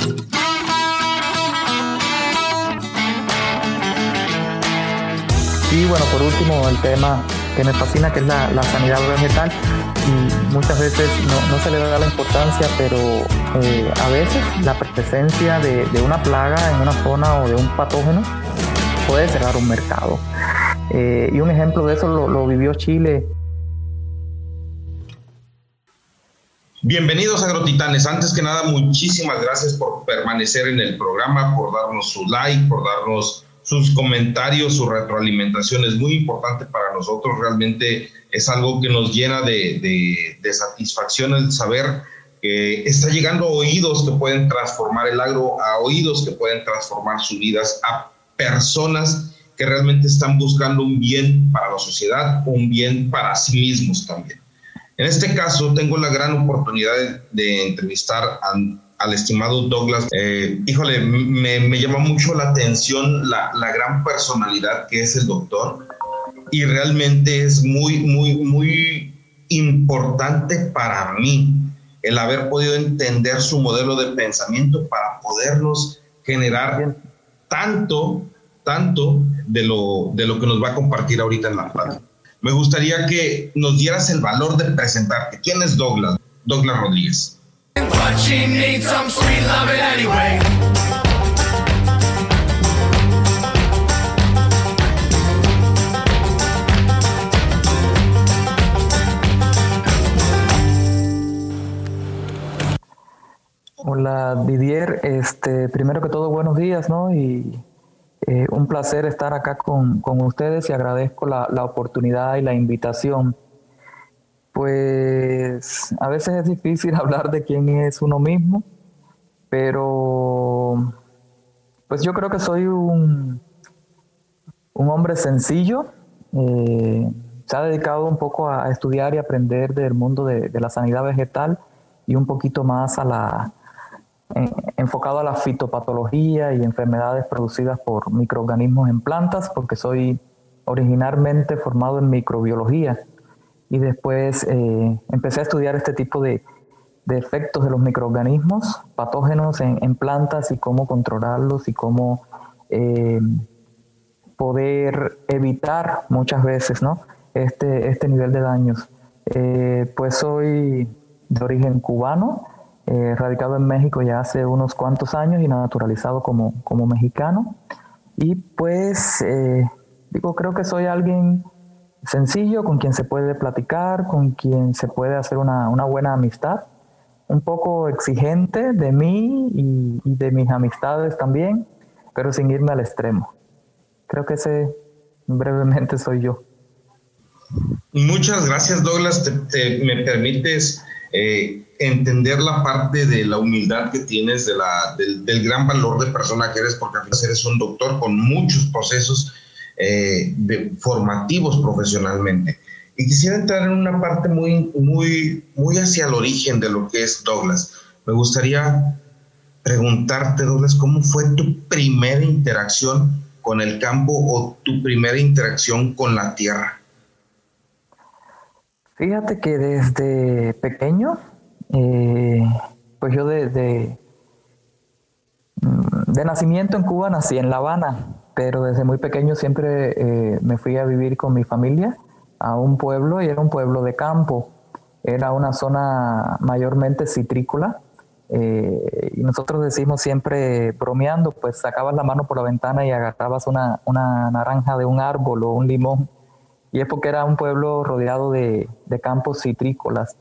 Y bueno, por último, el tema que me fascina, que es la sanidad vegetal, y muchas veces no se le da la importancia, pero a veces la presencia de una plaga en una zona o de un patógeno puede cerrar un mercado. Y un ejemplo de eso lo vivió Chile. Bienvenidos Agrotitanes. Antes que nada, muchísimas gracias por permanecer en el programa, por darnos su like, por darnos sus comentarios, su retroalimentación. Es muy importante para nosotros. Realmente es algo que nos llena de satisfacción el saber que está llegando a oídos que pueden transformar el agro, a oídos que pueden transformar sus vidas, a personas que realmente están buscando un bien para la sociedad, un bien para sí mismos también. En este caso, tengo la gran oportunidad de entrevistar al estimado Douglas. Híjole, me llama mucho la atención la gran personalidad que es el doctor, y realmente es muy, muy, muy importante para mí el haber podido entender su modelo de pensamiento para podernos generar tanto de lo que nos va a compartir ahorita en la plática. Me gustaría que nos dieras el valor de presentarte. ¿Quién es Douglas? Douglas Rodríguez. Hola Didier, primero que todo buenos días, ¿no? Y un placer estar acá con ustedes, y agradezco la oportunidad y la invitación. Pues a veces es difícil hablar de quién es uno mismo, pero pues yo creo que soy un hombre sencillo. Se ha dedicado un poco a estudiar y aprender del mundo de la sanidad vegetal, y un poquito más enfocado a la fitopatología y enfermedades producidas por microorganismos en plantas, porque soy originalmente formado en microbiología, y después empecé a estudiar este tipo de efectos de los microorganismos patógenos en plantas, y cómo controlarlos, y cómo poder evitar muchas veces, ¿no?, este nivel de daños. Pues soy de origen cubano, radicado en México ya hace unos cuantos años y naturalizado como mexicano. Y pues creo que soy alguien sencillo, con quien se puede platicar, con quien se puede hacer una buena amistad, un poco exigente de mí y de mis amistades también, pero sin irme al extremo. Creo que ese brevemente soy yo. Muchas gracias, Douglas. Me permites entender la parte de la humildad que tienes, del gran valor de persona que eres, porque al final eres un doctor con muchos procesos formativos profesionalmente. Y quisiera entrar en una parte muy, muy, muy hacia el origen de lo que es Douglas. Me gustaría preguntarte, Douglas, ¿cómo fue tu primera interacción con el campo o tu primera interacción con la tierra? Fíjate que desde pequeño, pues yo de nacimiento en Cuba nací en La Habana, pero desde muy pequeño siempre me fui a vivir con mi familia a un pueblo, y era un pueblo de campo. Era una zona mayormente citrícola, y nosotros decimos siempre bromeando, pues sacabas la mano por la ventana y agarrabas una naranja de un árbol o un limón. Y es porque era un pueblo rodeado de campos citrícolas.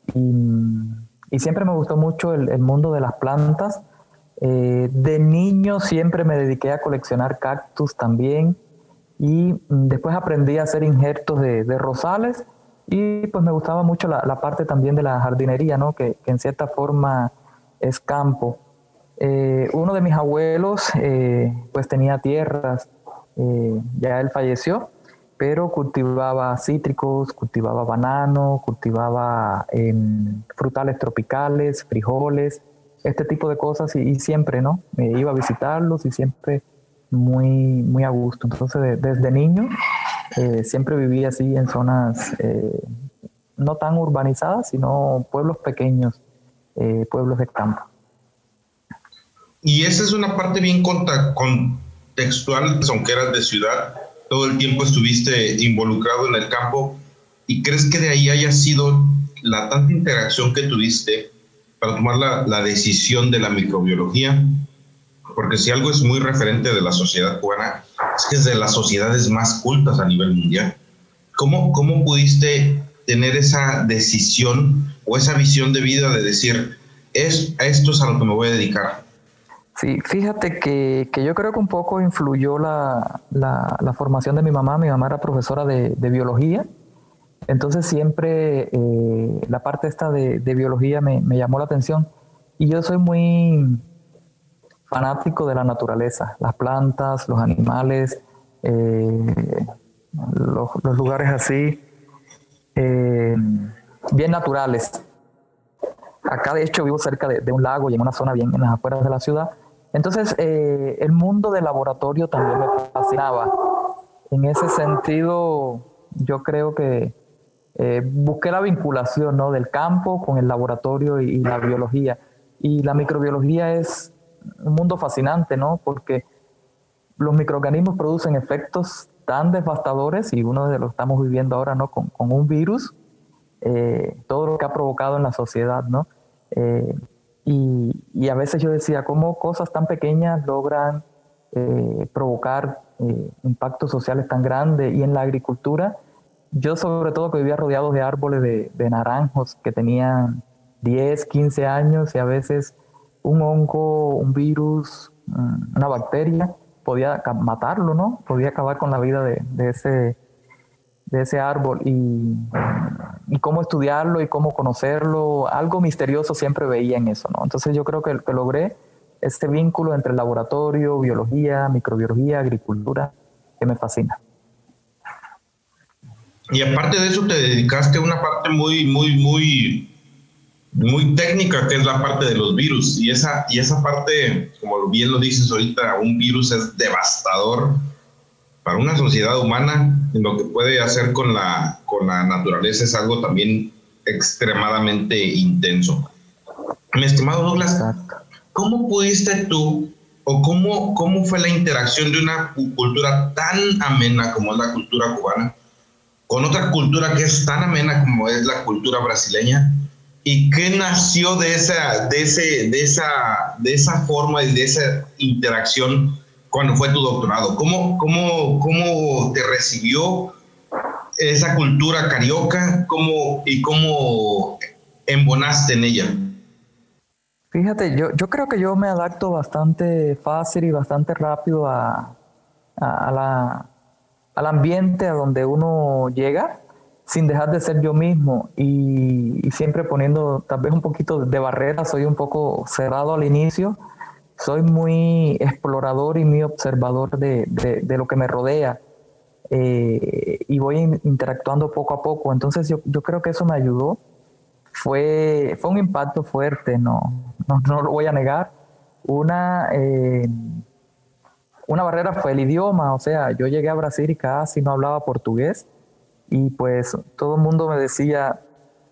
Y siempre me gustó mucho el mundo de las plantas. De niño siempre me dediqué a coleccionar cactus también. Y después aprendí a hacer injertos de rosales. Y pues me gustaba mucho la parte también de la jardinería, ¿no?, que en cierta forma es campo. Uno de mis abuelos pues tenía tierras. Ya él falleció, pero cultivaba cítricos, cultivaba banano, cultivaba frutales tropicales, frijoles, este tipo de cosas, y siempre, ¿no?, me iba a visitarlos, y siempre muy, muy a gusto. Entonces, desde niño siempre viví así en zonas no tan urbanizadas, sino pueblos pequeños, pueblos de campo. Y esa es una parte bien contextual, pues, aunque eras de ciudad, todo el tiempo estuviste involucrado en el campo. ¿Y crees que de ahí haya sido la tanta interacción que tuviste para tomar la decisión de la microbiología? Porque si algo es muy referente de la sociedad cubana, es que es de las sociedades más cultas a nivel mundial. ¿Cómo pudiste tener esa decisión o esa visión de vida de decir, a esto es a lo que me voy a dedicar? Sí, fíjate que yo creo que un poco influyó la formación de mi mamá. Mi mamá era profesora de biología, entonces siempre la parte esta de biología me llamó la atención. Y yo soy muy fanático de la naturaleza, las plantas, los animales, los lugares así, eh, bien naturales. Acá de hecho vivo cerca de un lago y en una zona bien en las afueras de la ciudad. Entonces el mundo del laboratorio también me fascinaba. En ese sentido yo creo que busqué la vinculación, ¿no?, del campo con el laboratorio y la biología. Y la microbiología es un mundo fascinante, ¿no? Porque los microorganismos producen efectos tan devastadores y uno de los estamos viviendo ahora, ¿no? Con un virus, todo lo que ha provocado en la sociedad, ¿no? Eh, y a veces yo decía, ¿cómo cosas tan pequeñas logran provocar impactos sociales tan grandes? Y en la agricultura, yo sobre todo que vivía rodeado de árboles de naranjos que tenían 10, 15 años y a veces un hongo, un virus, una bacteria podía matarlo, ¿no? Podía acabar con la vida de ese árbol y cómo estudiarlo y cómo conocerlo, algo misterioso siempre veía en eso, ¿no? Entonces yo creo que logré este vínculo entre laboratorio, biología, microbiología, agricultura, que me fascina. Y aparte de eso te dedicaste a una parte muy técnica, que es la parte de los virus. Y esa parte, como bien lo dices ahorita, un virus es devastador para una sociedad humana. Lo que puede hacer con la naturaleza es algo también extremadamente intenso. Mi estimado Douglas, ¿cómo pudiste tú o cómo fue la interacción de una cultura tan amena como es la cultura cubana con otra cultura que es tan amena como es la cultura brasileña? ¿Y qué nació de esa forma y de esa interacción cuando fue tu doctorado? ¿Cómo te recibió esa cultura carioca? ¿Cómo embonaste en ella? Fíjate, yo creo que yo me adapto bastante fácil y bastante rápido al ambiente a donde uno llega, sin dejar de ser yo mismo y siempre poniendo tal vez un poquito de barrera. Soy un poco cerrado al inicio, soy muy explorador y muy observador de lo que me rodea, y voy interactuando poco a poco. Entonces yo creo que eso me ayudó. Fue un impacto fuerte, no lo voy a negar. Una barrera fue el idioma, o sea, yo llegué a Brasil y casi no hablaba portugués y pues todo el mundo me decía,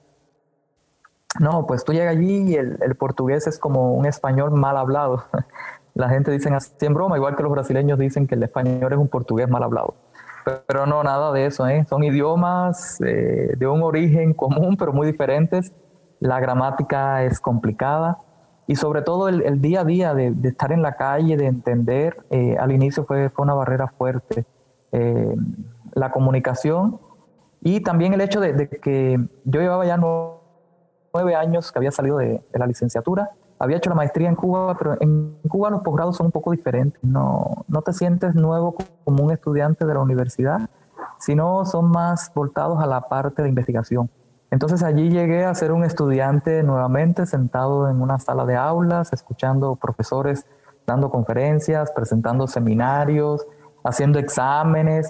no, pues tú llegas allí y el portugués es como un español mal hablado. La gente dice así en broma, igual que los brasileños dicen que el español es un portugués mal hablado. Pero no, nada de eso, ¿eh? Son idiomas de un origen común, pero muy diferentes. La gramática es complicada y sobre todo el día a día de estar en la calle, de entender, al inicio fue una barrera fuerte. La comunicación y también el hecho de que yo llevaba ya 9 años que había salido de la licenciatura. Había hecho la maestría en Cuba, pero en Cuba los posgrados son un poco diferentes. No te sientes nuevo como un estudiante de la universidad, sino son más voltados a la parte de investigación. Entonces allí llegué a ser un estudiante nuevamente, sentado en una sala de aulas, escuchando profesores dando conferencias, presentando seminarios, haciendo exámenes.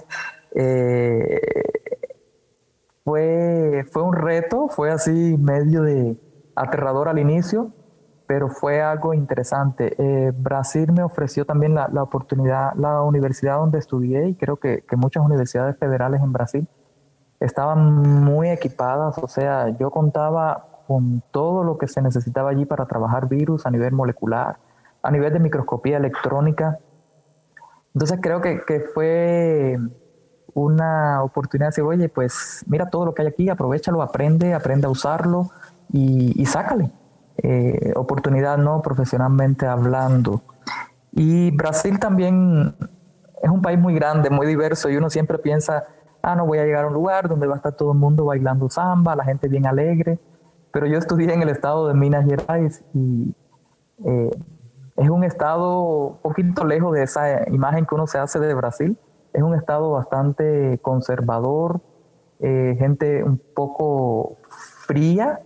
Fue un reto, fue así medio de aterrador al inicio, pero fue algo interesante. Brasil me ofreció también la oportunidad, la universidad donde estudié, y creo que muchas universidades federales en Brasil estaban muy equipadas, o sea, yo contaba con todo lo que se necesitaba allí para trabajar virus a nivel molecular, a nivel de microscopía electrónica. Entonces creo que fue una oportunidad de decir, oye, pues mira todo lo que hay aquí, aprovechalo, aprende a usarlo y sácale. Oportunidad, ¿no? Profesionalmente hablando. Y Brasil también es un país muy grande, muy diverso, y uno siempre piensa, no voy a llegar a un lugar donde va a estar todo el mundo bailando samba, la gente bien alegre. Pero yo estudié en el estado de Minas Gerais y es un estado un poquito lejos de esa imagen que uno se hace de Brasil. Es un estado bastante conservador, gente un poco fría,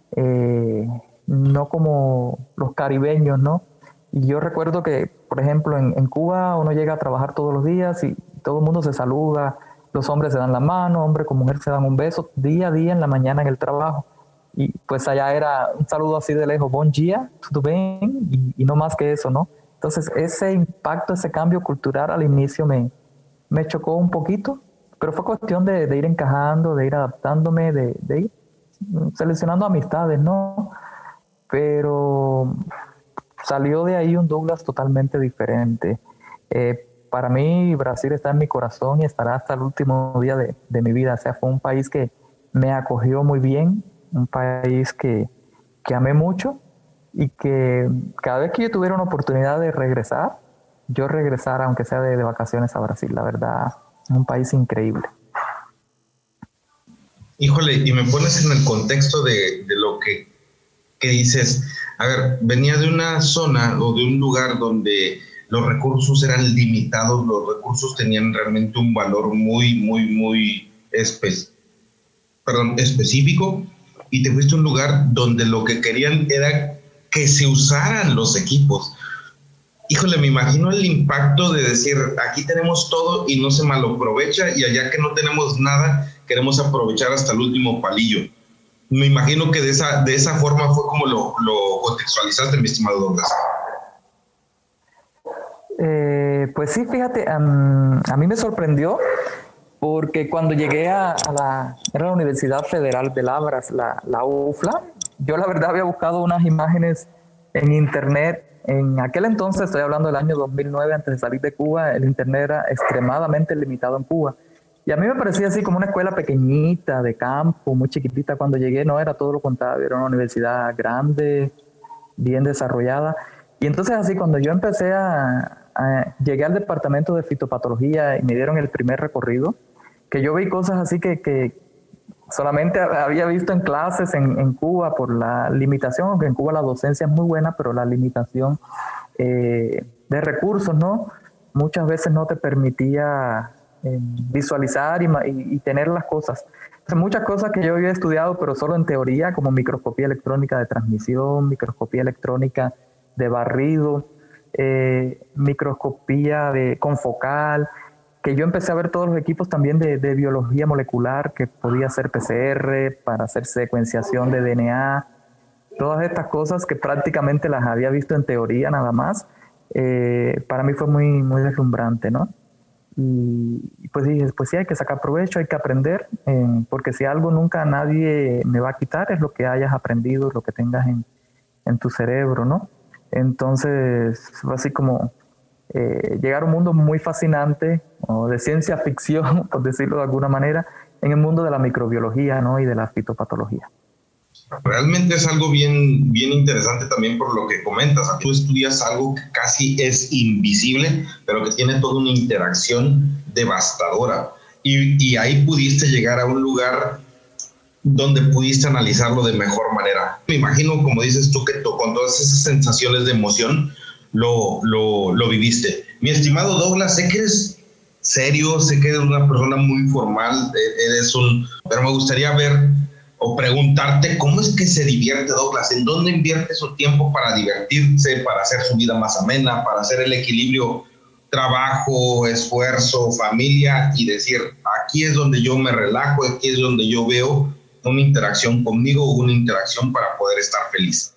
no como los caribeños, ¿no? Y yo recuerdo que, por ejemplo, en Cuba uno llega a trabajar todos los días y todo el mundo se saluda, los hombres se dan la mano, hombre con mujer se dan un beso, día a día en la mañana en el trabajo. Y pues allá era un saludo así de lejos, bon dia, tudo bem, y no más que eso, ¿no? Entonces ese impacto, ese cambio cultural al inicio me chocó un poquito, pero fue cuestión de ir encajando, de ir adaptándome, de ir seleccionando amistades, ¿no? Pero salió de ahí un Douglas totalmente diferente. Para mí Brasil está en mi corazón y estará hasta el último día de mi vida. O sea, fue un país que me acogió muy bien, un país que amé mucho y que cada vez que yo tuviera una oportunidad de regresar, yo regresara, aunque sea de vacaciones a Brasil. La verdad, es un país increíble. Híjole, y me pones en el contexto de lo que dices. A ver, venía de una zona o de un lugar donde los recursos eran limitados, los recursos tenían realmente un valor muy específico, y te fuiste a un lugar donde lo que querían era que se usaran los equipos. Híjole, me imagino el impacto de decir, aquí tenemos todo y no se malaprovecha, y allá que no tenemos nada, queremos aprovechar hasta el último palillo. Me imagino que de esa forma fue como lo contextualizaste, mi estimado Douglas. Pues sí, fíjate, a mí me sorprendió porque cuando llegué era la Universidad Federal de Labras, la UFLA, yo la verdad había buscado unas imágenes en internet. En aquel entonces, estoy hablando del año 2009, antes de salir de Cuba, el internet era extremadamente limitado en Cuba. Y a mí me parecía así como una escuela pequeñita, de campo, muy chiquitita. Cuando llegué no era todo lo contrario, era una universidad grande, bien desarrollada. Y entonces así cuando yo empecé llegué al departamento de fitopatología y me dieron el primer recorrido, que yo vi cosas así que solamente había visto en clases en Cuba por la limitación, aunque en Cuba la docencia es muy buena, pero la limitación de recursos, ¿no? Muchas veces no te permitía visualizar y tener las cosas. Entonces, muchas cosas que yo había estudiado, pero solo en teoría, como microscopía electrónica de transmisión, microscopía electrónica de barrido, microscopía confocal, que yo empecé a ver todos los equipos también de biología molecular, que podía hacer PCR para hacer secuenciación de DNA, todas estas cosas que prácticamente las había visto en teoría nada más. Para mí fue muy deslumbrante, ¿no? Y pues dije, pues sí, hay que sacar provecho, hay que aprender, porque si algo nunca nadie me va a quitar es lo que hayas aprendido, lo que tengas en tu cerebro, ¿no? Entonces fue así como llegar a un mundo muy fascinante, o de ciencia ficción, por decirlo de alguna manera, en el mundo de la microbiología, ¿no? Y de la fitopatología. Realmente es algo bien interesante también por lo que comentas. Tú estudias algo que casi es invisible, pero que tiene toda una interacción devastadora. Y ahí pudiste llegar a un lugar donde pudiste analizarlo de mejor manera. Me imagino, como dices tú, que con todas esas sensaciones de emoción lo viviste. Mi estimado Douglas, sé que eres serio, sé que eres una persona muy formal, pero me gustaría ver o preguntarte cómo es que se divierte Douglas, en dónde invierte su tiempo para divertirse, para hacer su vida más amena, para hacer el equilibrio trabajo, esfuerzo, familia, y decir, aquí es donde yo me relajo, aquí es donde yo veo una interacción conmigo, una interacción para poder estar feliz.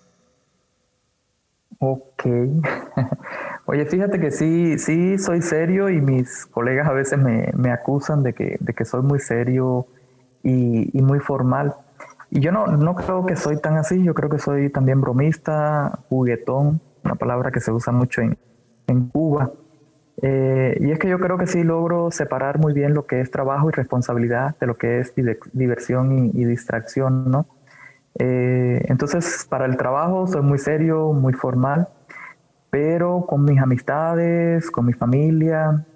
Ok. Oye, fíjate que sí soy serio, y mis colegas a veces me acusan de que soy muy serio y muy formal. Y yo no creo que soy tan así. Yo creo que soy también bromista, juguetón. una palabra que se usa mucho en Cuba. Y es que yo creo que sí logro separar muy bien lo que es trabajo y responsabilidad de lo que es diversión y distracción, ¿no? Entonces, para el trabajo soy muy serio, muy formal, pero con mis amistades, con mi familia,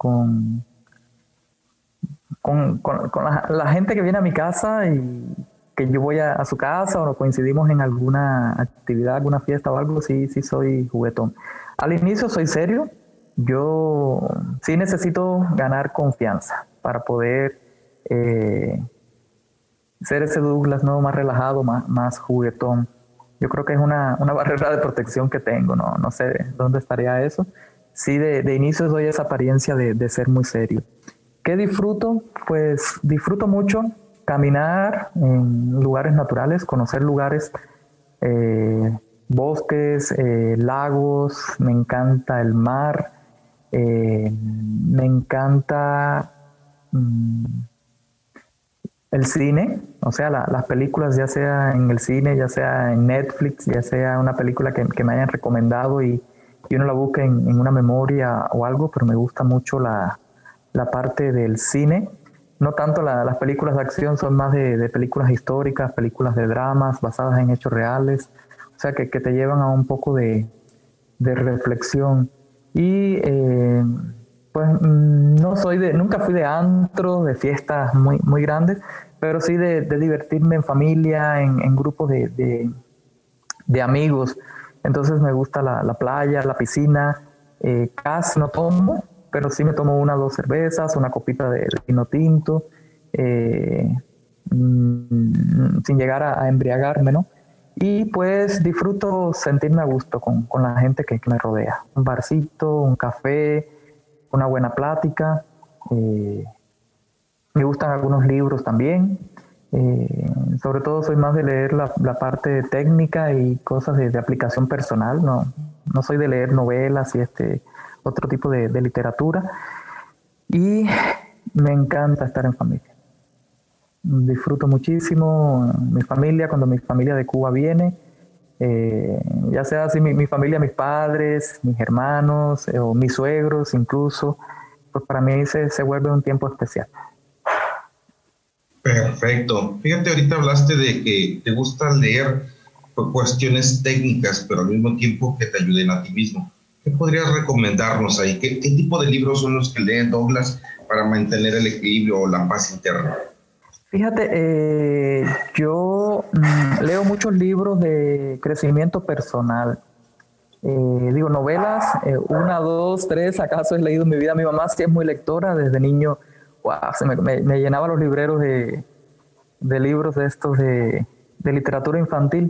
con la gente que viene a mi casa y que yo voy a su casa o coincidimos en alguna actividad, alguna fiesta o algo, sí soy juguetón. Al inicio soy serio, yo sí necesito ganar confianza para poder ser ese Douglas, ¿no? Más relajado, más juguetón. Yo creo que es una barrera de protección que tengo, no sé dónde estaría eso. Sí, de inicio doy esa apariencia de ser muy serio. ¿Qué disfruto? Pues disfruto mucho caminar en lugares naturales, conocer lugares, bosques, lagos, me encanta el mar, me encanta el cine, o sea, las películas, ya sea en el cine, ya sea en Netflix, ya sea una película que me hayan recomendado y uno la busque en una memoria o algo, pero me gusta mucho la parte del cine. No tanto las películas de acción, son más de películas históricas, películas de dramas basadas en hechos reales, o sea, que te llevan a un poco de reflexión. Y pues nunca fui de antro, de fiestas muy, muy grandes, pero sí de divertirme en familia, en grupos de amigos. Entonces me gusta la playa, la piscina, casi no tomo, pero sí me tomo 1 o 2 cervezas, una copita de vino tinto, sin llegar a embriagarme, ¿no? Y pues disfruto sentirme a gusto con la gente que me rodea. Un barcito, un café, una buena plática. Me gustan algunos libros también. Sobre todo soy más de leer la parte técnica y cosas de aplicación personal. No soy de leer novelas y otro tipo de literatura. Y me encanta estar en familia. Disfruto muchísimo mi familia, cuando mi familia de Cuba viene, ya sea así mi familia, mis padres, mis hermanos o mis suegros incluso, pues para mí se vuelve un tiempo especial. Perfecto. Fíjate, ahorita hablaste de que te gusta leer cuestiones técnicas, pero al mismo tiempo que te ayuden a ti mismo. ¿Qué podrías recomendarnos ahí? ¿Qué tipo de libros son los que lee Douglas para mantener el equilibrio o la paz interna? Fíjate, yo leo muchos libros de crecimiento personal. Digo, novelas, 1, 2, 3, acaso he leído en mi vida. Mi mamá sí es muy lectora, desde niño, wow, me llenaba los libreros de libros de estos de literatura infantil.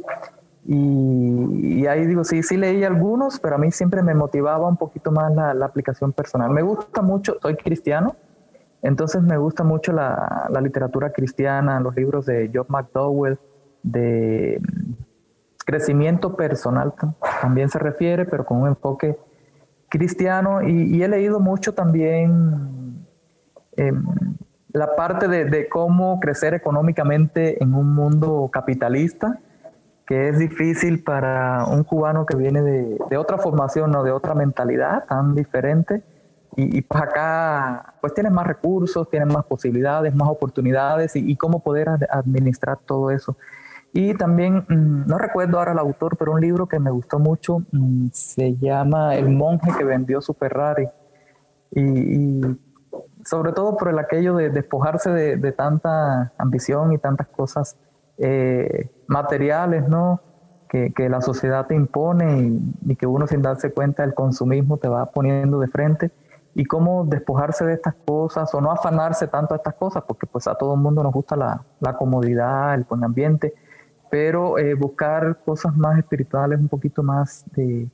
Y ahí digo, sí leí algunos, pero a mí siempre me motivaba un poquito más la aplicación personal. Me gusta mucho, soy cristiano, entonces me gusta mucho la literatura cristiana, los libros de John McDowell, de crecimiento personal también se refiere, pero con un enfoque cristiano. Y he leído mucho también la parte de cómo crecer económicamente en un mundo capitalista, que es difícil para un cubano que viene de otra formación, ¿no? De otra mentalidad tan diferente. Y pues acá pues tienes más recursos, tienes más posibilidades, más oportunidades y cómo poder administrar todo eso. Y también, no recuerdo ahora el autor, pero un libro que me gustó mucho, se llama El monje que vendió su Ferrari. Y sobre todo por aquello de despojarse de tanta ambición y tantas cosas materiales, ¿no? Que la sociedad te impone y que uno sin darse cuenta el consumismo te va poniendo de frente. Y cómo despojarse de estas cosas o no afanarse tanto a estas cosas, porque pues a todo el mundo nos gusta la comodidad, el buen ambiente, pero buscar cosas más espirituales, un poquito más de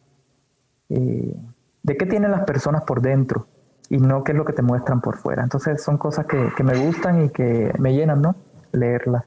qué tienen las personas por dentro y no qué es lo que te muestran por fuera. Entonces son cosas que me gustan y que me llenan, ¿no? Leerlas.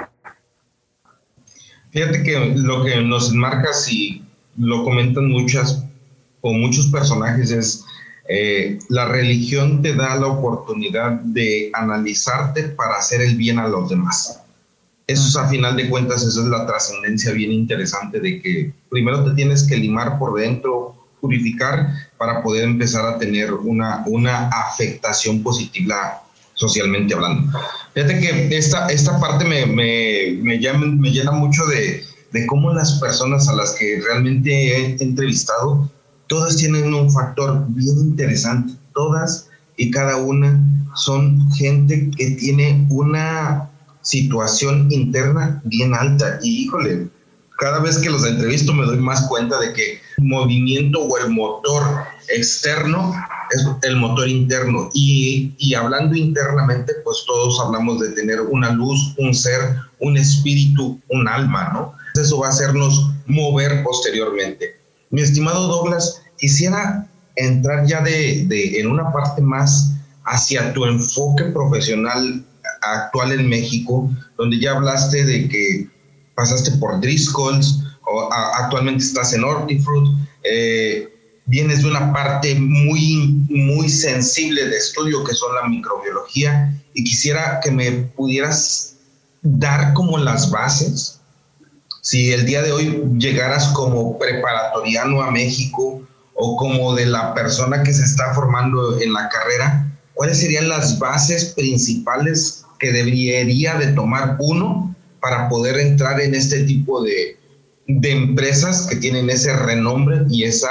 Fíjate que lo que nos enmarcas y lo comentan muchos personajes es la religión te da la oportunidad de analizarte para hacer el bien a los demás. Eso es, a final de cuentas, esa es la trascendencia bien interesante de que primero te tienes que limar por dentro, purificar para poder empezar a tener una afectación positiva socialmente hablando. Fíjate que esta parte me llena mucho de cómo las personas a las que realmente he entrevistado, todas tienen un factor bien interesante. Todas y cada una son gente que tiene una situación interna bien alta. Y híjole, cada vez que los entrevisto me doy más cuenta de que el movimiento o el motor externo es el motor interno. Y hablando internamente, pues todos hablamos de tener una luz, un ser, un espíritu, un alma, ¿no? Eso va a hacernos mover posteriormente. Mi estimado Douglas, quisiera entrar ya en una parte más hacia tu enfoque profesional actual en México, donde ya hablaste de que pasaste por Driscoll's, actualmente estás en Hortifruit, vienes de una parte muy sensible de estudio que son la microbiología, y quisiera que me pudieras dar como las bases. Si el día de hoy llegaras como preparatoriano a México o como de la persona que se está formando en la carrera, ¿cuáles serían las bases principales que debería de tomar uno para poder entrar en este tipo de empresas que tienen ese renombre y esa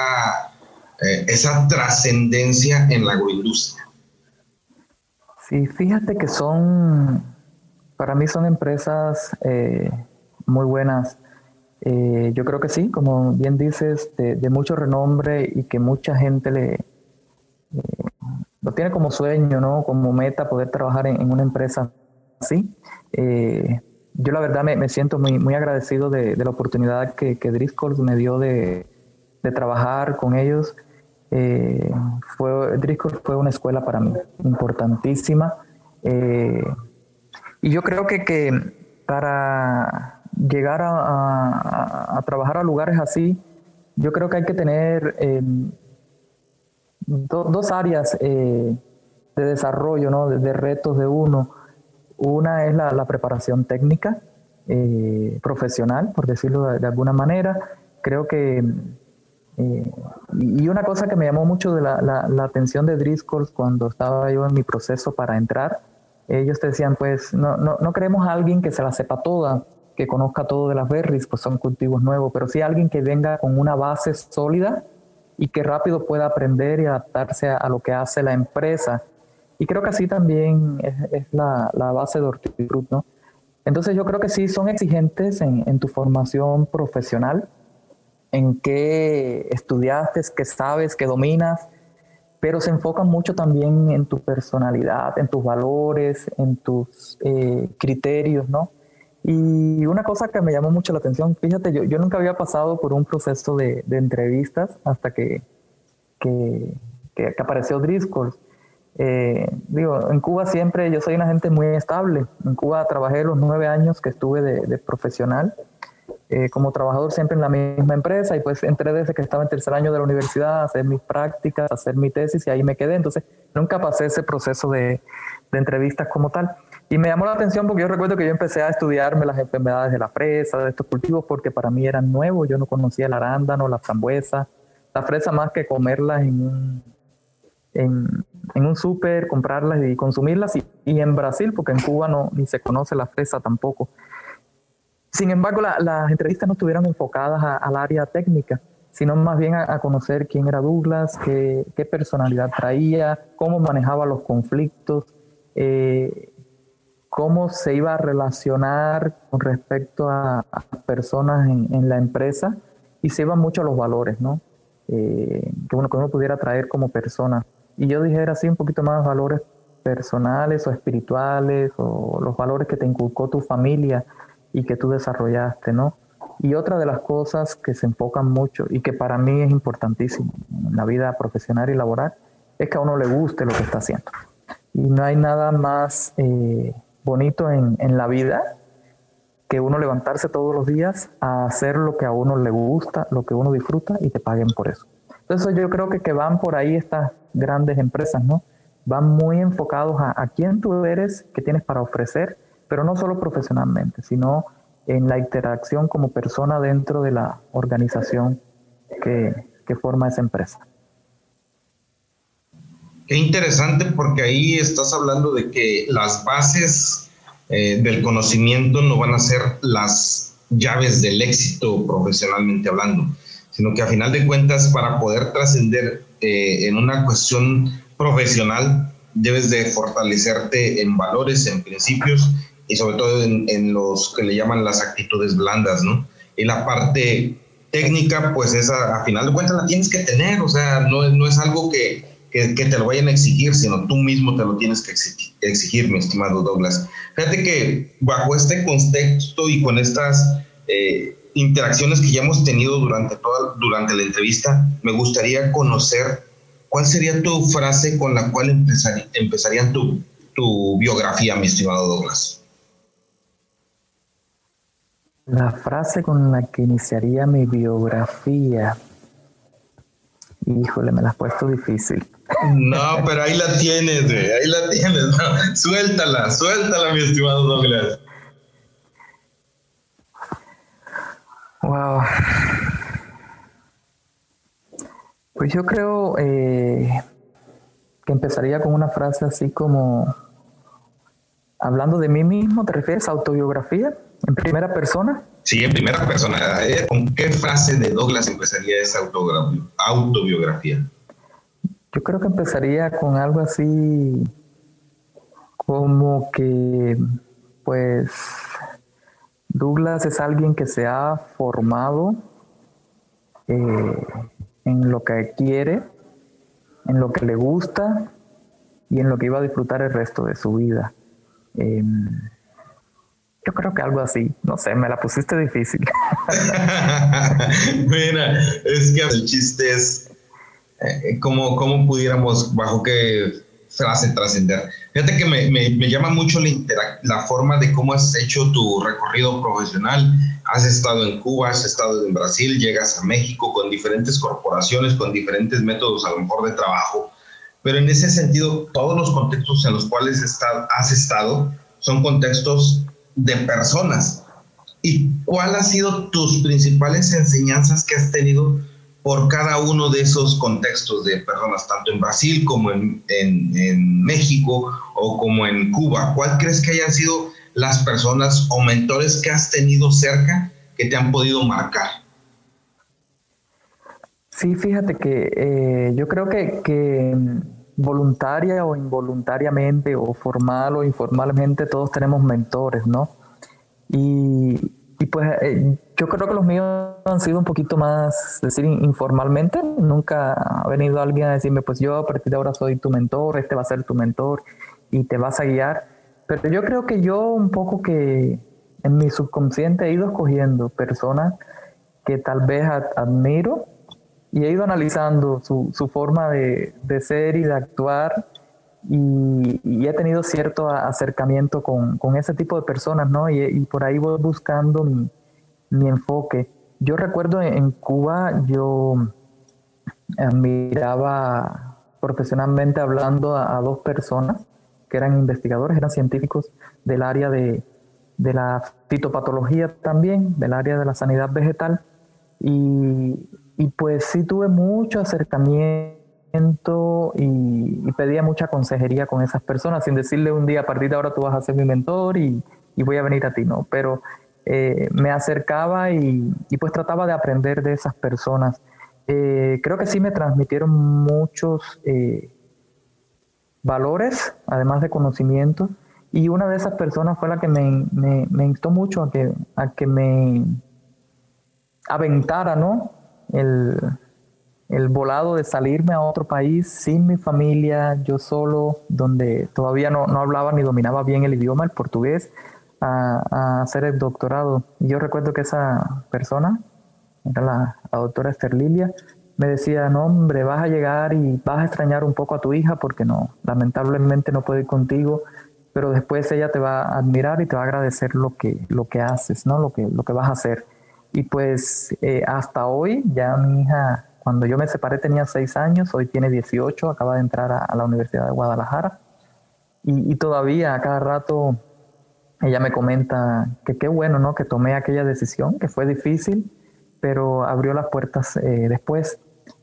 trascendencia en la agroindustria? Sí, fíjate que para mí son empresas muy buenas. Yo creo que sí, como bien dices, de mucho renombre, y que mucha gente lo tiene como sueño, ¿no? Como meta poder trabajar en una empresa así. Yo la verdad me siento muy agradecido de la oportunidad que Driscoll's me dio de trabajar con ellos. Driscoll's fue una escuela para mí importantísima, y yo creo que para llegar a trabajar a lugares así, yo creo que hay que tener dos áreas de desarrollo, ¿no? De retos de uno. Una es la preparación técnica, profesional, por decirlo de alguna manera. Creo que y una cosa que me llamó mucho de la atención de Driscoll's cuando estaba yo en mi proceso para entrar, ellos te decían, pues no queremos a alguien que se la sepa toda, que conozca todo de las berries, pues son cultivos nuevos, pero sí alguien que venga con una base sólida y que rápido pueda aprender y adaptarse a lo que hace la empresa. Y creo que así también es la base de Hortifruit, ¿no? Entonces yo creo que sí son exigentes en tu formación profesional, en qué estudiaste, qué sabes, qué dominas, pero se enfocan mucho también en tu personalidad, en tus valores, en tus criterios, ¿no? Y una cosa que me llamó mucho la atención, fíjate, yo nunca había pasado por un proceso de entrevistas hasta que apareció Driscoll's. En Cuba siempre yo soy una gente muy estable. En Cuba trabajé los 9 años que estuve de profesional, como trabajador siempre en la misma empresa, y pues entré desde que estaba en tercer año de la universidad a hacer mis prácticas, a hacer mi tesis, y ahí me quedé. Entonces nunca pasé ese proceso de entrevistas como tal. Y me llamó la atención porque yo recuerdo que yo empecé a estudiarme las enfermedades de la fresa, de estos cultivos, porque para mí eran nuevos. Yo no conocía el arándano, la frambuesa, la fresa, más que comerlas en un súper, comprarlas y consumirlas, y en Brasil, porque en Cuba ni se conoce la fresa tampoco. Sin embargo, las entrevistas no estuvieron enfocadas al área técnica, sino más bien a conocer quién era Douglas, qué personalidad traía, cómo manejaba los conflictos, cómo se iba a relacionar con respecto a personas en la empresa, y se iban mucho a los valores, ¿no? Que uno pudiera traer como persona. Y yo dijera así un poquito más valores personales o espirituales, o los valores que te inculcó tu familia y que tú desarrollaste, ¿no? Y otra de las cosas que se enfocan mucho y que para mí es importantísimo en la vida profesional y laboral es que a uno le guste lo que está haciendo. Y no hay nada más bonito en la vida que uno levantarse todos los días a hacer lo que a uno le gusta, lo que uno disfruta, y te paguen por eso. Entonces yo creo que van por ahí estas grandes empresas, ¿no? Van muy enfocados a quién tú eres, qué tienes para ofrecer, pero no solo profesionalmente, sino en la interacción como persona dentro de la organización que forma esa empresa. Qué interesante, porque ahí estás hablando de que las bases del conocimiento no van a ser las llaves del éxito profesionalmente hablando, sino que a final de cuentas, para poder trascender en una cuestión profesional, debes de fortalecerte en valores, en principios y sobre todo en los que le llaman las actitudes blandas, ¿no? Y la parte técnica, pues esa a final de cuentas la tienes que tener, o sea, no es algo que te lo vayan a exigir, sino tú mismo te lo tienes que exigir, mi estimado Douglas. Fíjate que bajo este contexto y con estas interacciones que ya hemos tenido durante la entrevista, me gustaría conocer cuál sería tu frase con la cual empezarían tu biografía, mi estimado Douglas. La frase con la que iniciaría mi biografía. Híjole, me la has puesto difícil. No, pero ahí la tienes, güey, ahí la tienes. No, suéltala, mi estimado Douglas. Wow. Pues yo creo que empezaría con una frase así como, hablando de mí mismo. ¿Te refieres a autobiografía en primera persona? Sí, en primera persona. ¿Con qué frase de Douglas empezaría esa autobiografía? Yo creo que empezaría con algo así como que, pues, Douglas es alguien que se ha formado en lo que quiere, en lo que le gusta y en lo que iba a disfrutar el resto de su vida. Yo creo que algo así, no sé, me la pusiste difícil. Mira, es que el chiste es cómo pudiéramos, bajo qué frase trascender. Fíjate que me llama mucho la forma de cómo has hecho tu recorrido profesional. Has estado en Cuba, has estado en Brasil, llegas a México con diferentes corporaciones, con diferentes métodos a lo mejor de trabajo. Pero en ese sentido, todos los contextos en los cuales has estado son contextos de personas. ¿Y cuál ha sido tus principales enseñanzas que has tenido por cada uno de esos contextos de personas, tanto en Brasil como en México o como en Cuba? ¿Cuál crees que hayan sido las personas o mentores que has tenido cerca que te han podido marcar? Sí, fíjate que yo creo que voluntaria o involuntariamente, o formal o informalmente, todos tenemos mentores, ¿no? Y pues yo creo que los míos han sido un poquito más, decir, informalmente. Nunca ha venido alguien a decirme, pues yo a partir de ahora soy tu mentor, este va a ser tu mentor y te vas a guiar. Pero yo creo que yo un poco que en mi subconsciente he ido escogiendo personas que tal vez admiro, y he ido analizando su forma de ser y de actuar, y he tenido cierto acercamiento con ese tipo de personas, ¿no? Y por ahí voy buscando mi enfoque. Yo recuerdo en Cuba, yo admiraba profesionalmente hablando a dos personas que eran investigadores, eran científicos del área de la fitopatología también, del área de la sanidad vegetal, y pues sí tuve mucho acercamiento y pedía mucha consejería con esas personas, sin decirle un día, a partir de ahora tú vas a ser mi mentor y voy a venir a ti, ¿no? Pero me acercaba y pues trataba de aprender de esas personas. Creo que sí me transmitieron muchos valores, además de conocimientos, y una de esas personas fue la que me instó mucho a que me aventara, ¿no? El volado de salirme a otro país sin mi familia, yo solo, donde todavía no hablaba ni dominaba bien el idioma, el portugués, a hacer el doctorado. Y yo recuerdo que esa persona, era la doctora Esther Lilia, me decía, no hombre, vas a llegar y vas a extrañar un poco a tu hija porque lamentablemente no puede ir contigo, pero después ella te va a admirar y te va a agradecer lo que haces, ¿no? Lo que vas a hacer. Y pues hasta hoy, ya mi hija, cuando yo me separé tenía 6 años, hoy tiene 18, acaba de entrar a la Universidad de Guadalajara, y todavía a cada rato ella me comenta que qué bueno, ¿no? Que tomé aquella decisión, que fue difícil, pero abrió las puertas después.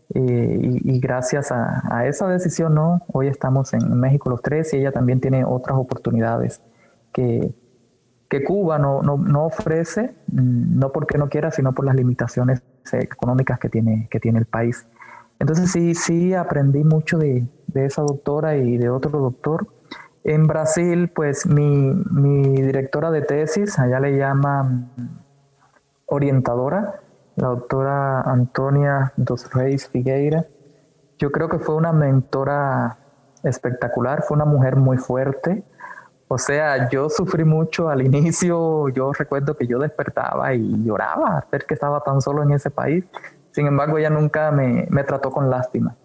Y gracias a esa decisión, ¿no? Hoy estamos en México los tres y ella también tiene otras oportunidades que Cuba no ofrece, no porque no quiera, sino por las limitaciones económicas que tiene el país. Entonces sí aprendí mucho de esa doctora y de otro doctor. En Brasil, pues mi directora de tesis, allá le llaman orientadora, la doctora Antônia dos Reis Figueira. Yo creo que fue una mentora espectacular, fue una mujer muy fuerte. O sea, yo sufrí mucho al inicio, yo recuerdo que yo despertaba y lloraba al ver que estaba tan solo en ese país. Sin embargo, ella nunca me trató con lástima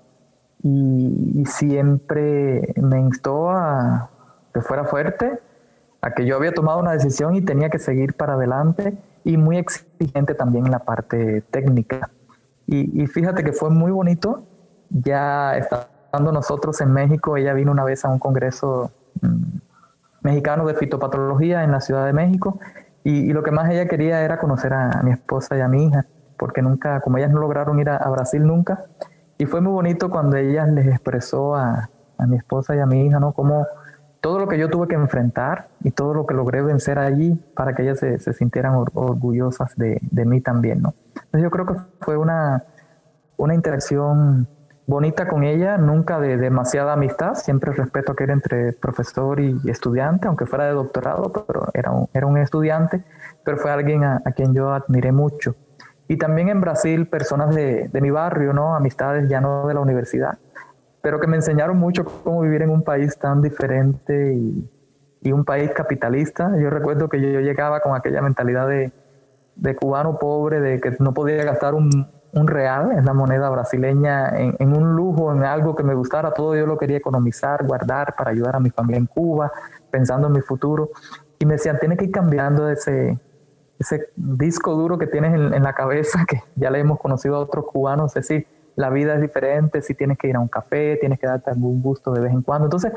y siempre me instó a que fuera fuerte, a que yo había tomado una decisión y tenía que seguir para adelante, y muy exigente también en la parte técnica. Y fíjate que fue muy bonito, ya estando nosotros en México, ella vino una vez a un congreso mexicano de fitopatología en la Ciudad de México, y lo que más ella quería era conocer a mi esposa y a mi hija, porque nunca, como ellas no lograron ir a Brasil nunca, y fue muy bonito cuando ella les expresó a mi esposa y a mi hija, ¿no? Como todo lo que yo tuve que enfrentar y todo lo que logré vencer allí para que ellas se sintieran orgullosas de mí también, ¿no? Entonces yo creo que fue una interacción bonita con ella, nunca de demasiada amistad, siempre el respeto que era entre profesor y estudiante, aunque fuera de doctorado, pero era un estudiante, pero fue alguien a quien yo admiré mucho. Y también en Brasil, personas de mi barrio, ¿no? Amistades ya no de la universidad, pero que me enseñaron mucho cómo vivir en un país tan diferente y un país capitalista. Yo recuerdo que yo llegaba con aquella mentalidad de cubano pobre, de que no podía gastar un real en la moneda brasileña, en un lujo, en algo que me gustara. Todo yo lo quería economizar, guardar para ayudar a mi familia en Cuba, pensando en mi futuro. Y me decían, tienes que ir cambiando ese disco duro que tienes en la cabeza, que ya le hemos conocido a otros cubanos, es decir, la vida es diferente, si tienes que ir a un café, tienes que darte algún gusto de vez en cuando. Entonces,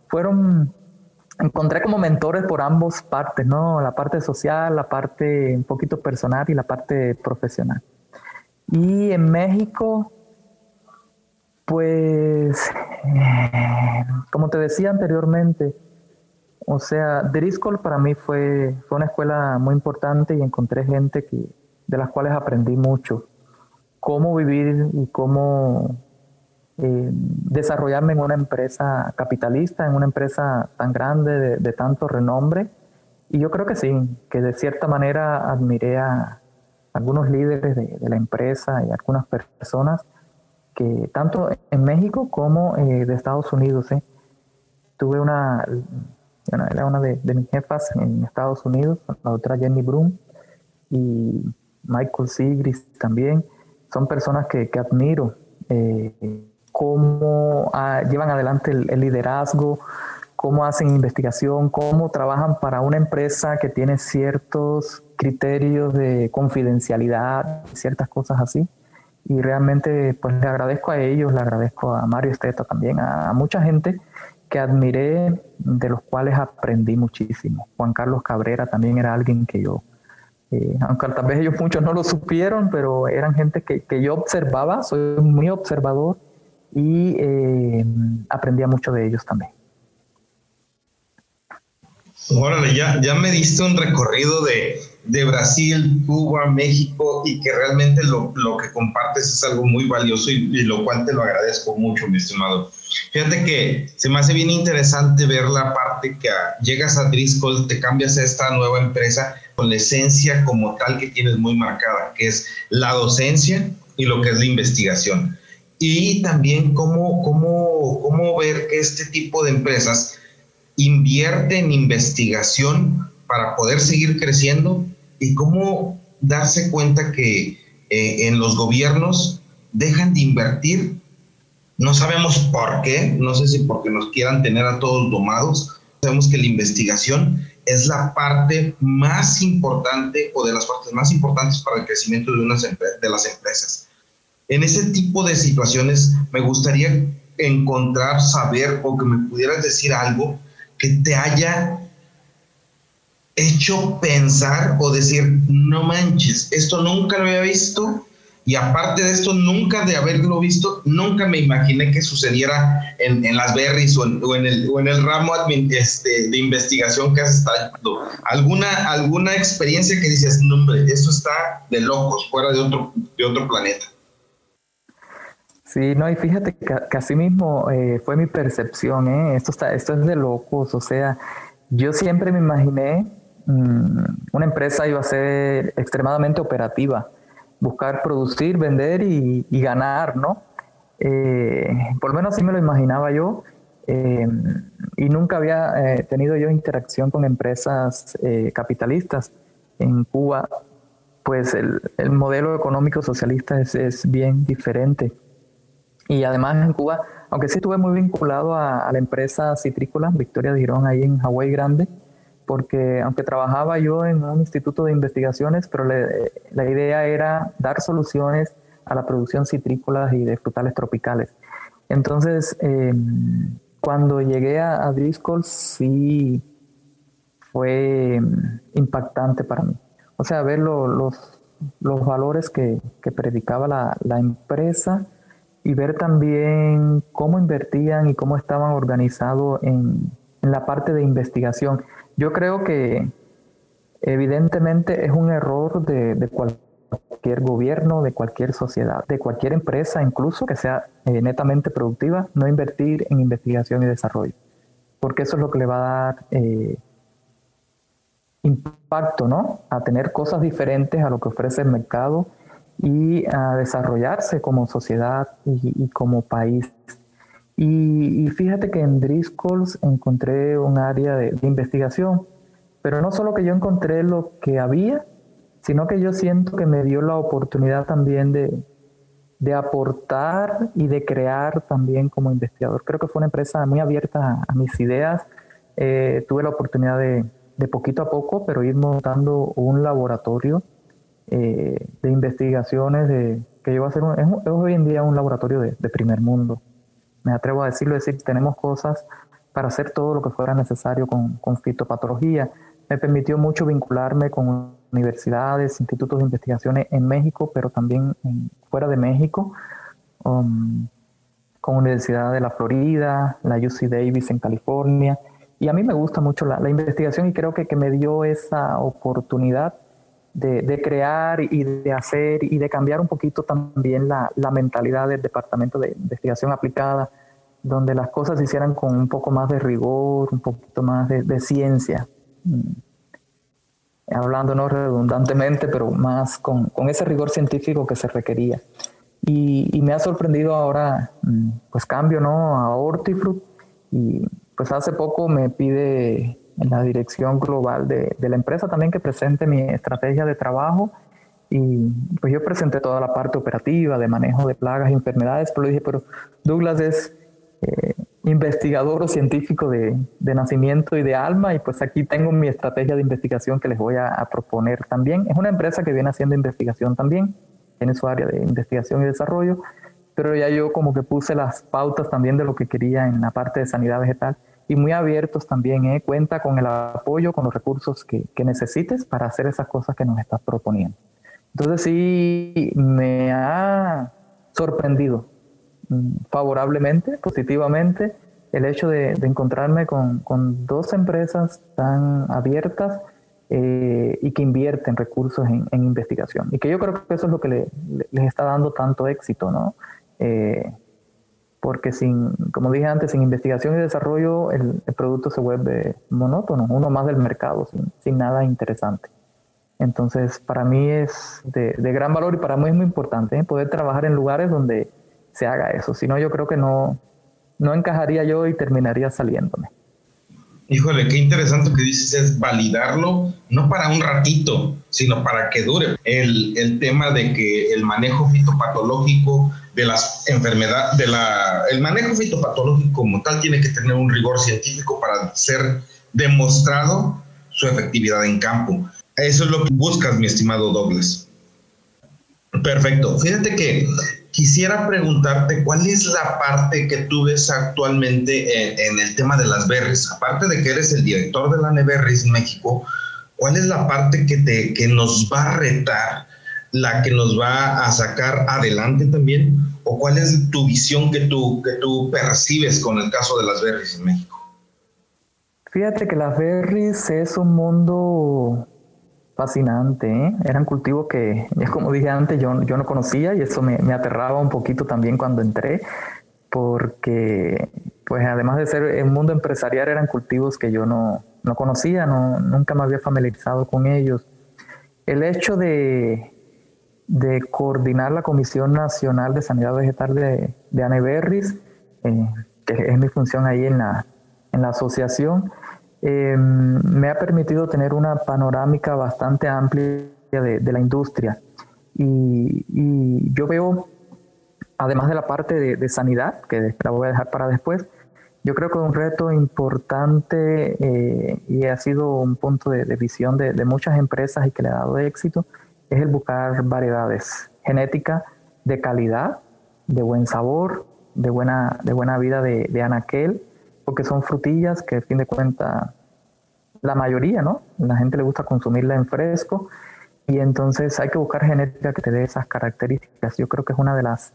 encontré como mentores por ambas partes, ¿no? La parte social, la parte un poquito personal y la parte profesional. Y en México, pues, como te decía anteriormente, o sea, Driscoll para mí fue una escuela muy importante y encontré gente de las cuales aprendí mucho. Cómo vivir y cómo desarrollarme en una empresa capitalista, en una empresa tan grande, de tanto renombre. Y yo creo que sí, que de cierta manera admiré a algunos líderes de la empresa y algunas personas que tanto en México como de Estados Unidos. Tuve era una de mis jefas en Estados Unidos, la otra Jenny Brum y Michael Sigris también. Son personas que admiro, cómo llevan adelante el liderazgo, cómo hacen investigación, cómo trabajan para una empresa que tiene ciertos criterios de confidencialidad, ciertas cosas así. Y realmente pues le agradezco a ellos, le agradezco a Mario Esteta también, a mucha gente que admiré, de los cuales aprendí muchísimo. Juan Carlos Cabrera también era alguien que yo, aunque tal vez ellos muchos no lo supieron, pero eran gente que yo observaba, soy muy observador y aprendía mucho de ellos también. Órale, ya me diste un recorrido de Brasil, Cuba, México, y que realmente lo que compartes es algo muy valioso y lo cual te lo agradezco mucho, mi estimado. Fíjate que se me hace bien interesante ver la parte que llegas a Driscoll, te cambias a esta nueva empresa con la esencia como tal que tienes muy marcada, que es la docencia y lo que es la investigación. Y también cómo ver que este tipo de empresas invierte en investigación para poder seguir creciendo y cómo darse cuenta que en los gobiernos dejan de invertir. No sabemos por qué, no sé si porque nos quieran tener a todos domados. Sabemos que la investigación es la parte más importante o de las partes más importantes para el crecimiento de las empresas. En ese tipo de situaciones me gustaría saber o que me pudieras decir algo que te haya hecho pensar o decir, no manches, esto nunca lo había visto, y aparte de esto, nunca de haberlo visto, nunca me imaginé que sucediera en las berries o en el ramo de investigación que has estado. ¿Alguna experiencia que dices, no hombre, esto está de locos, fuera de otro planeta? Sí, no, y fíjate que así mismo fue mi percepción, ¿eh? Esto es de locos, o sea, yo siempre me imaginé una empresa iba a ser extremadamente operativa, buscar producir, vender y ganar, ¿no? Por lo menos así me lo imaginaba yo, eh, y nunca había tenido yo interacción con empresas capitalistas. En Cuba, pues el modelo económico socialista es bien diferente. Y además en Cuba, aunque sí estuve muy vinculado a la empresa citrícola Victoria de Girón, ahí en Hawái Grande, porque aunque trabajaba yo en un instituto de investigaciones, pero la idea era dar soluciones a la producción citrícola y de frutales tropicales. Entonces, cuando llegué a Driscoll, sí fue impactante para mí. O sea, ver los valores que predicaba la empresa y ver también cómo invertían y cómo estaban organizados en la parte de investigación. Yo creo que evidentemente es un error de cualquier gobierno, de cualquier sociedad, de cualquier empresa, incluso que sea netamente productiva, no invertir en investigación y desarrollo, porque eso es lo que le va a dar impacto, ¿no? A tener cosas diferentes a lo que ofrece el mercado y a desarrollarse como sociedad y como país. Y fíjate que en Driscoll encontré un área de investigación, pero no solo que yo encontré lo que había, sino que yo siento que me dio la oportunidad también de aportar y de crear también como investigador. Creo que fue una empresa muy abierta a mis ideas. Tuve la oportunidad de poquito a poco, pero ir montando un laboratorio de investigaciones que llegó a ser es hoy en día un laboratorio de primer mundo. Me atrevo a decirlo, tenemos cosas para hacer todo lo que fuera necesario con fitopatología. Me permitió mucho vincularme con universidades, institutos de investigaciones en México, pero también fuera de México, con Universidad de la Florida, la UC Davis en California. Y a mí me gusta mucho la investigación y creo que me dio esa oportunidad de crear y de hacer y de cambiar un poquito también la mentalidad del Departamento de Investigación Aplicada, donde las cosas se hicieran con un poco más de rigor, un poquito más de ciencia. Hablando no redundantemente, pero más con ese rigor científico que se requería. Y me ha sorprendido ahora, pues cambio, ¿no?, a Hortifruti, y pues hace poco me pide en la dirección global de la empresa también que presente mi estrategia de trabajo, y pues yo presenté toda la parte operativa de manejo de plagas y enfermedades, pero le dije, pero Douglas es investigador o científico de nacimiento y de alma, y pues aquí tengo mi estrategia de investigación que les voy a proponer también. Es una empresa que viene haciendo investigación también, tiene su área de investigación y desarrollo, pero ya yo como que puse las pautas también de lo que quería en la parte de sanidad vegetal, y muy abiertos también, cuenta con el apoyo, con los recursos que necesites para hacer esas cosas que nos estás proponiendo. Entonces sí, me ha sorprendido favorablemente, positivamente, el hecho de encontrarme con dos empresas tan abiertas y que invierten recursos en investigación. Y que yo creo que eso es lo que les está dando tanto éxito, ¿no? Porque como dije antes, sin investigación y desarrollo el producto se vuelve monótono, uno más del mercado, sin nada interesante. Entonces, para mí es de gran valor y para mí es muy importante poder trabajar en lugares donde se haga eso. Si no, yo creo que no encajaría yo y terminaría saliéndome. Híjole, qué interesante que dices, es validarlo, no para un ratito, sino para que dure. El tema de que el manejo fitopatológico de las enfermedades, el manejo fitopatológico como tal tiene que tener un rigor científico para ser demostrado su efectividad en campo. Eso es lo que buscas, mi estimado Douglas. Perfecto. Fíjate que quisiera preguntarte cuál es la parte que tú ves actualmente en el tema de las berries. Aparte de que eres el director de la NEBerries México, ¿cuál es la parte que nos va a retar, la que nos va a sacar adelante también? ¿O cuál es tu visión que tú percibes con el caso de las berries en México? Fíjate que las berries es un mundo fascinante, ¿eh? Eran cultivos que, ya como dije antes, yo no conocía y eso me aterraba un poquito también cuando entré, porque pues además de ser un mundo empresarial eran cultivos que yo no conocía, nunca me había familiarizado con ellos. El hecho de coordinar la Comisión Nacional de Sanidad Vegetal de Aneberries, que es mi función ahí en la asociación, me ha permitido tener una panorámica bastante amplia de la industria. Y yo veo, además de la parte de sanidad, que la voy a dejar para después, yo creo que un reto importante y ha sido un punto de visión de muchas empresas y que le ha dado éxito, es el buscar variedades genéticas de calidad, de buen sabor, de buena vida de anaquel, porque son frutillas que, a fin de cuentas, la mayoría, ¿no? La gente le gusta consumirla en fresco y entonces hay que buscar genética que te dé esas características. Yo creo que es una de las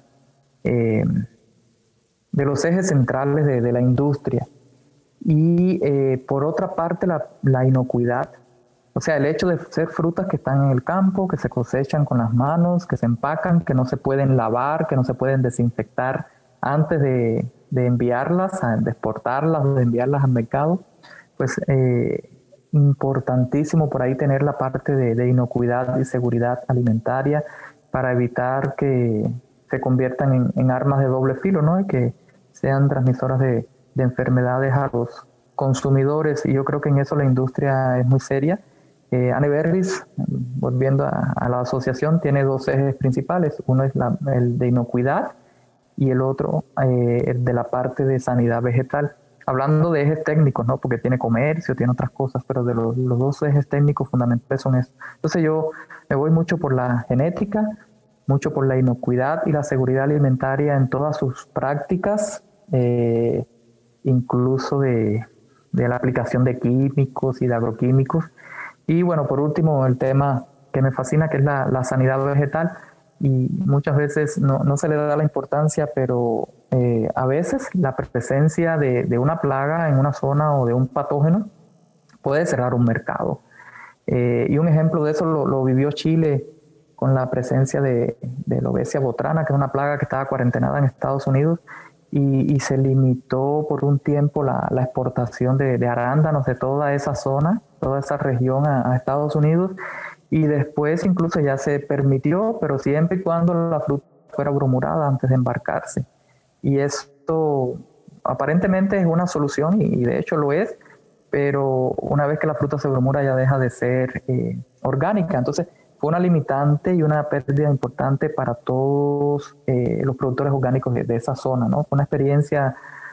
de los ejes centrales de la industria. Y por otra parte, la inocuidad. O sea, el hecho de ser frutas que están en el campo, que se cosechan con las manos, que se empacan, que no se pueden lavar, que no se pueden desinfectar antes de enviarlas, de exportarlas o de enviarlas al mercado, pues importantísimo por ahí tener la parte de inocuidad y seguridad alimentaria para evitar que se conviertan en armas de doble filo, ¿no? Y que sean transmisoras de enfermedades a los consumidores. Y yo creo que en eso la industria es muy seria. Aneberries, volviendo a la asociación, tiene dos ejes principales. Uno es el de inocuidad y el otro el de la parte de sanidad vegetal. Hablando de ejes técnicos, ¿no? Porque tiene comercio, tiene otras cosas, pero de los dos ejes técnicos fundamentales son eso. Entonces yo me voy mucho por la genética, mucho por la inocuidad y la seguridad alimentaria en todas sus prácticas, incluso de la aplicación de químicos y de agroquímicos. Y bueno, por último, el tema que me fascina, que es la sanidad vegetal, y muchas veces no se le da la importancia, pero a veces la presencia de una plaga en una zona o de un patógeno puede cerrar un mercado. Y un ejemplo de eso lo vivió Chile con la presencia de Lobesia botrana, que es una plaga que estaba cuarentenada en Estados Unidos, y se limitó por un tiempo la exportación de arándanos de toda esa zona, toda esa región a Estados Unidos, y después incluso ya se permitió, pero siempre y cuando la fruta fuera bromurada antes de embarcarse. Y esto aparentemente es una solución, y de hecho lo es, pero una vez que la fruta se bromura ya deja de ser orgánica. Entonces fue una limitante y una pérdida importante para todos los productores orgánicos de esa zona, ¿no? Fue una experiencia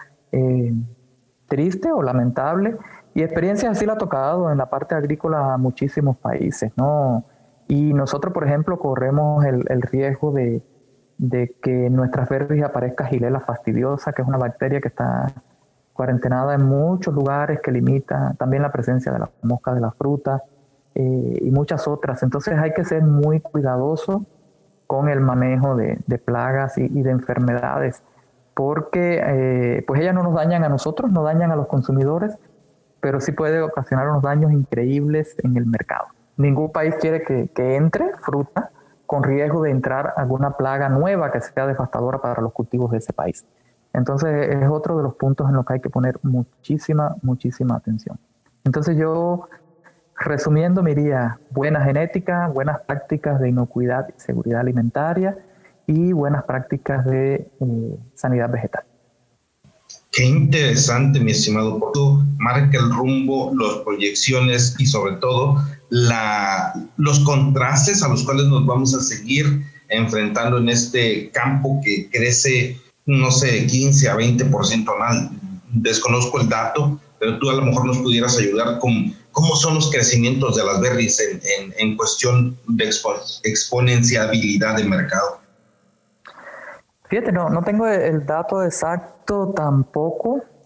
triste o lamentable, y experiencias así la ha tocado en la parte agrícola a muchísimos países, ¿no? Y nosotros, por ejemplo, corremos el riesgo de que en nuestras berries aparezca Xylella fastidiosa, que es una bacteria que está cuarentenada en muchos lugares, que limita también la presencia de la mosca de la fruta y muchas otras. Entonces hay que ser muy cuidadoso con el manejo de plagas y de enfermedades, porque pues ellas no nos dañan a nosotros, no dañan a los consumidores, pero sí puede ocasionar unos daños increíbles en el mercado. Ningún país quiere que entre fruta con riesgo de entrar alguna plaga nueva que sea devastadora para los cultivos de ese país. Entonces es otro de los puntos en los que hay que poner muchísima atención. Entonces yo, resumiendo, me diría buena genética, buenas prácticas de inocuidad y seguridad alimentaria y buenas prácticas de sanidad vegetal. Qué interesante, mi estimado, porque marca el rumbo, las proyecciones y sobre todo los contrastes a los cuales nos vamos a seguir enfrentando en este campo que crece, no sé, 15 a 20% anual. Desconozco el dato, pero tú a lo mejor nos pudieras ayudar con cómo son los crecimientos de las berries en cuestión de exponenciabilidad de mercado. Fíjate, no tengo el dato exacto tampoco,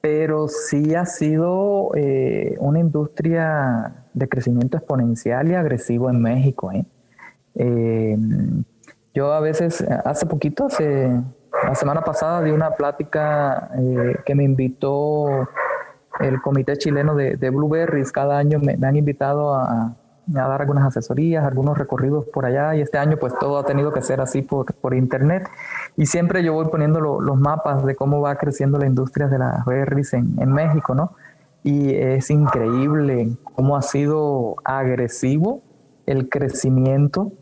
pero sí ha sido una industria de crecimiento exponencial y agresivo en México. Eh, yo a veces, hace poquito, la semana pasada, di una plática que me invitó el Comité Chileno de Blueberries. Cada año me han invitado a dar algunas asesorías, algunos recorridos por allá, y este año pues todo ha tenido que ser así por internet, y siempre yo voy poniendo los mapas de cómo va creciendo la industria de las berries en México, ¿no? Y es increíble cómo ha sido agresivo el crecimiento,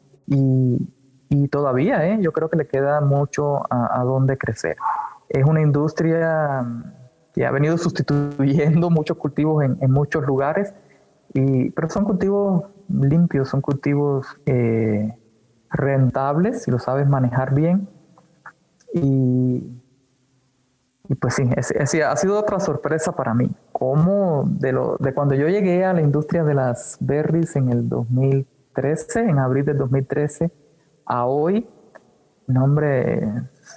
y todavía yo creo que le queda mucho a dónde crecer. Es una industria que ha venido sustituyendo muchos cultivos en muchos lugares, pero son cultivos limpios, son cultivos rentables, si lo sabes manejar bien. Y pues sí, ha sido otra sorpresa para mí. Cómo de cuando yo llegué a la industria de las berries en el 2013, en abril del 2013, a hoy, no hombre,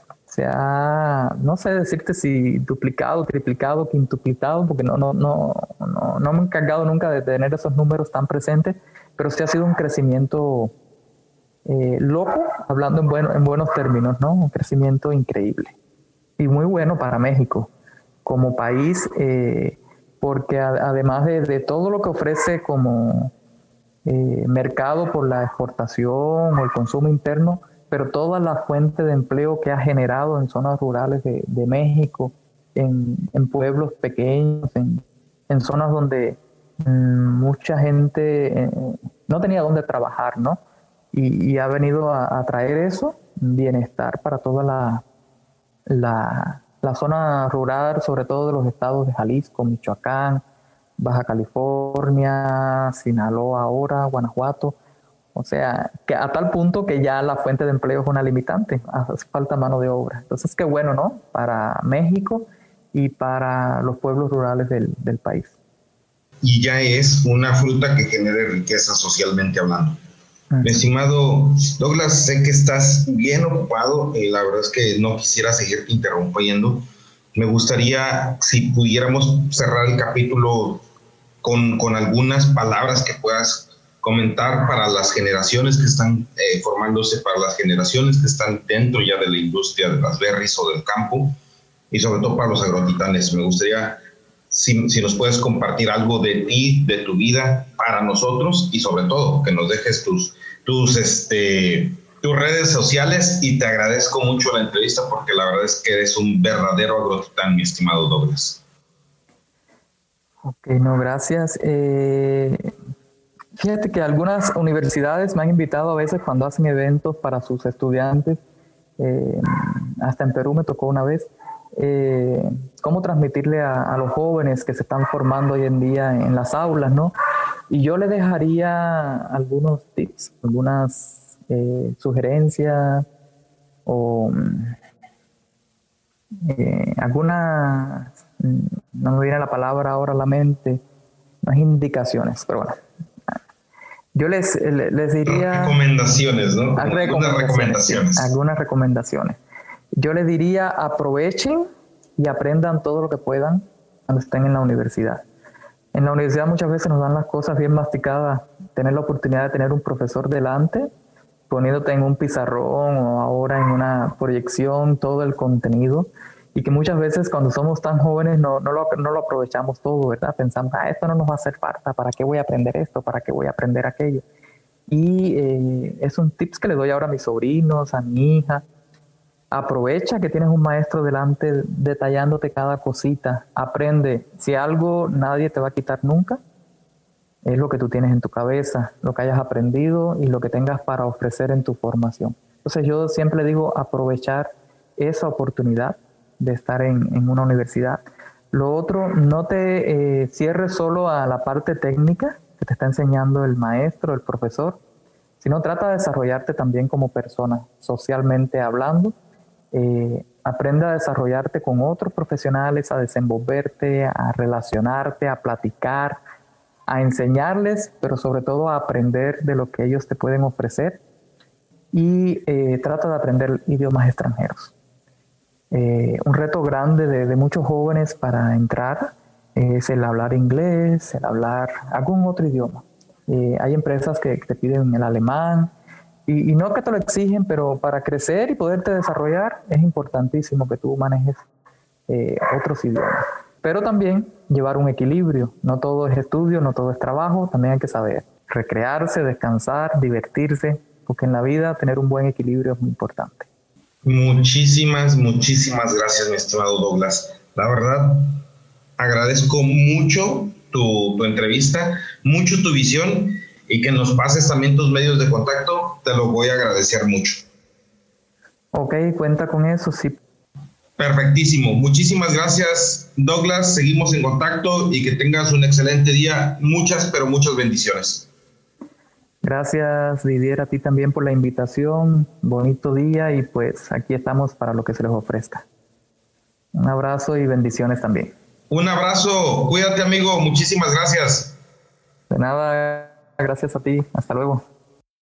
no sé decirte si duplicado, triplicado, quintuplicado, porque no me he encargado nunca de tener esos números tan presentes, pero sí ha sido un crecimiento loco, hablando en buenos términos, ¿no? Un crecimiento increíble y muy bueno para México como país, porque además de todo lo que ofrece como mercado por la exportación o el consumo interno, pero toda la fuente de empleo que ha generado en zonas rurales de México, en pueblos pequeños, en zonas donde mucha gente no tenía dónde trabajar, ¿no? Y ha venido a traer eso, bienestar para toda la zona rural, sobre todo de los estados de Jalisco, Michoacán, Baja California, Sinaloa ahora, Guanajuato. O sea, que a tal punto que ya la fuente de empleo es una limitante, hace falta mano de obra. Entonces, qué bueno, ¿no? Para México y para los pueblos rurales del país. Y ya es una fruta que genere riqueza socialmente hablando. Mi estimado Douglas, sé que estás bien ocupado, la verdad es que no quisiera seguirte interrumpiendo. Me gustaría, si pudiéramos cerrar el capítulo con algunas palabras que puedas comentar para las generaciones que están formándose, para las generaciones que están dentro ya de la industria de las berries o del campo, y sobre todo para los agrotitanes. Me gustaría, si nos puedes compartir algo de ti, de tu vida para nosotros, y sobre todo que nos dejes tus redes sociales, y te agradezco mucho la entrevista porque la verdad es que eres un verdadero agrotitán, mi estimado Douglas. Ok, no, gracias. Fíjate que algunas universidades me han invitado a veces cuando hacen eventos para sus estudiantes, hasta en Perú me tocó una vez, cómo transmitirle a los jóvenes que se están formando hoy en día en las aulas, ¿no? Y yo le dejaría algunos tips, algunas sugerencias o algunas, no me viene la palabra ahora a la mente, unas indicaciones, pero bueno. Yo les diría... Recomendaciones, ¿no? Algunas recomendaciones. Yo les diría, aprovechen y aprendan todo lo que puedan cuando estén en la universidad. En la universidad muchas veces nos dan las cosas bien masticadas. Tener la oportunidad de tener un profesor delante, poniéndote en un pizarrón o ahora en una proyección todo el contenido, y que muchas veces cuando somos tan jóvenes no lo aprovechamos todo, ¿verdad? Pensamos, esto no nos va a hacer falta, ¿para qué voy a aprender esto? ¿Para qué voy a aprender aquello? Y es un tips que le doy ahora a mis sobrinos, a mi hija. Aprovecha que tienes un maestro delante detallándote cada cosita. Aprende. Si algo nadie te va a quitar nunca, es lo que tú tienes en tu cabeza, lo que hayas aprendido y lo que tengas para ofrecer en tu formación. Entonces yo siempre digo aprovechar esa oportunidad de estar en una universidad. Lo otro, no te cierres solo a la parte técnica que te está enseñando el maestro, el profesor, sino trata de desarrollarte también como persona, socialmente hablando. Aprende a desarrollarte con otros profesionales, a desenvolverte, a relacionarte, a platicar, a enseñarles, pero sobre todo a aprender de lo que ellos te pueden ofrecer, y trata de aprender idiomas extranjeros. un reto grande de muchos jóvenes para entrar es el hablar inglés, el hablar algún otro idioma. Hay empresas que te piden el alemán y no que te lo exigen, pero para crecer y poderte desarrollar es importantísimo que tú manejes otros idiomas. Pero también llevar un equilibrio. No todo es estudio, no todo es trabajo, también hay que saber recrearse, descansar, divertirse, porque en la vida tener un buen equilibrio es muy importante. Muchísimas gracias, mi estimado Douglas. La verdad, agradezco mucho tu entrevista, mucho tu visión y que nos pases también tus medios de contacto. Te lo voy a agradecer mucho. Ok, cuenta con eso, sí. Perfectísimo. Muchísimas gracias, Douglas. Seguimos en contacto y que tengas un excelente día. Muchas, pero muchas bendiciones. Gracias, Didier, a ti también por la invitación. Bonito día y pues aquí estamos para lo que se les ofrezca. Un abrazo y bendiciones también. Un abrazo. Cuídate, amigo. Muchísimas gracias. De nada, gracias a ti. Hasta luego.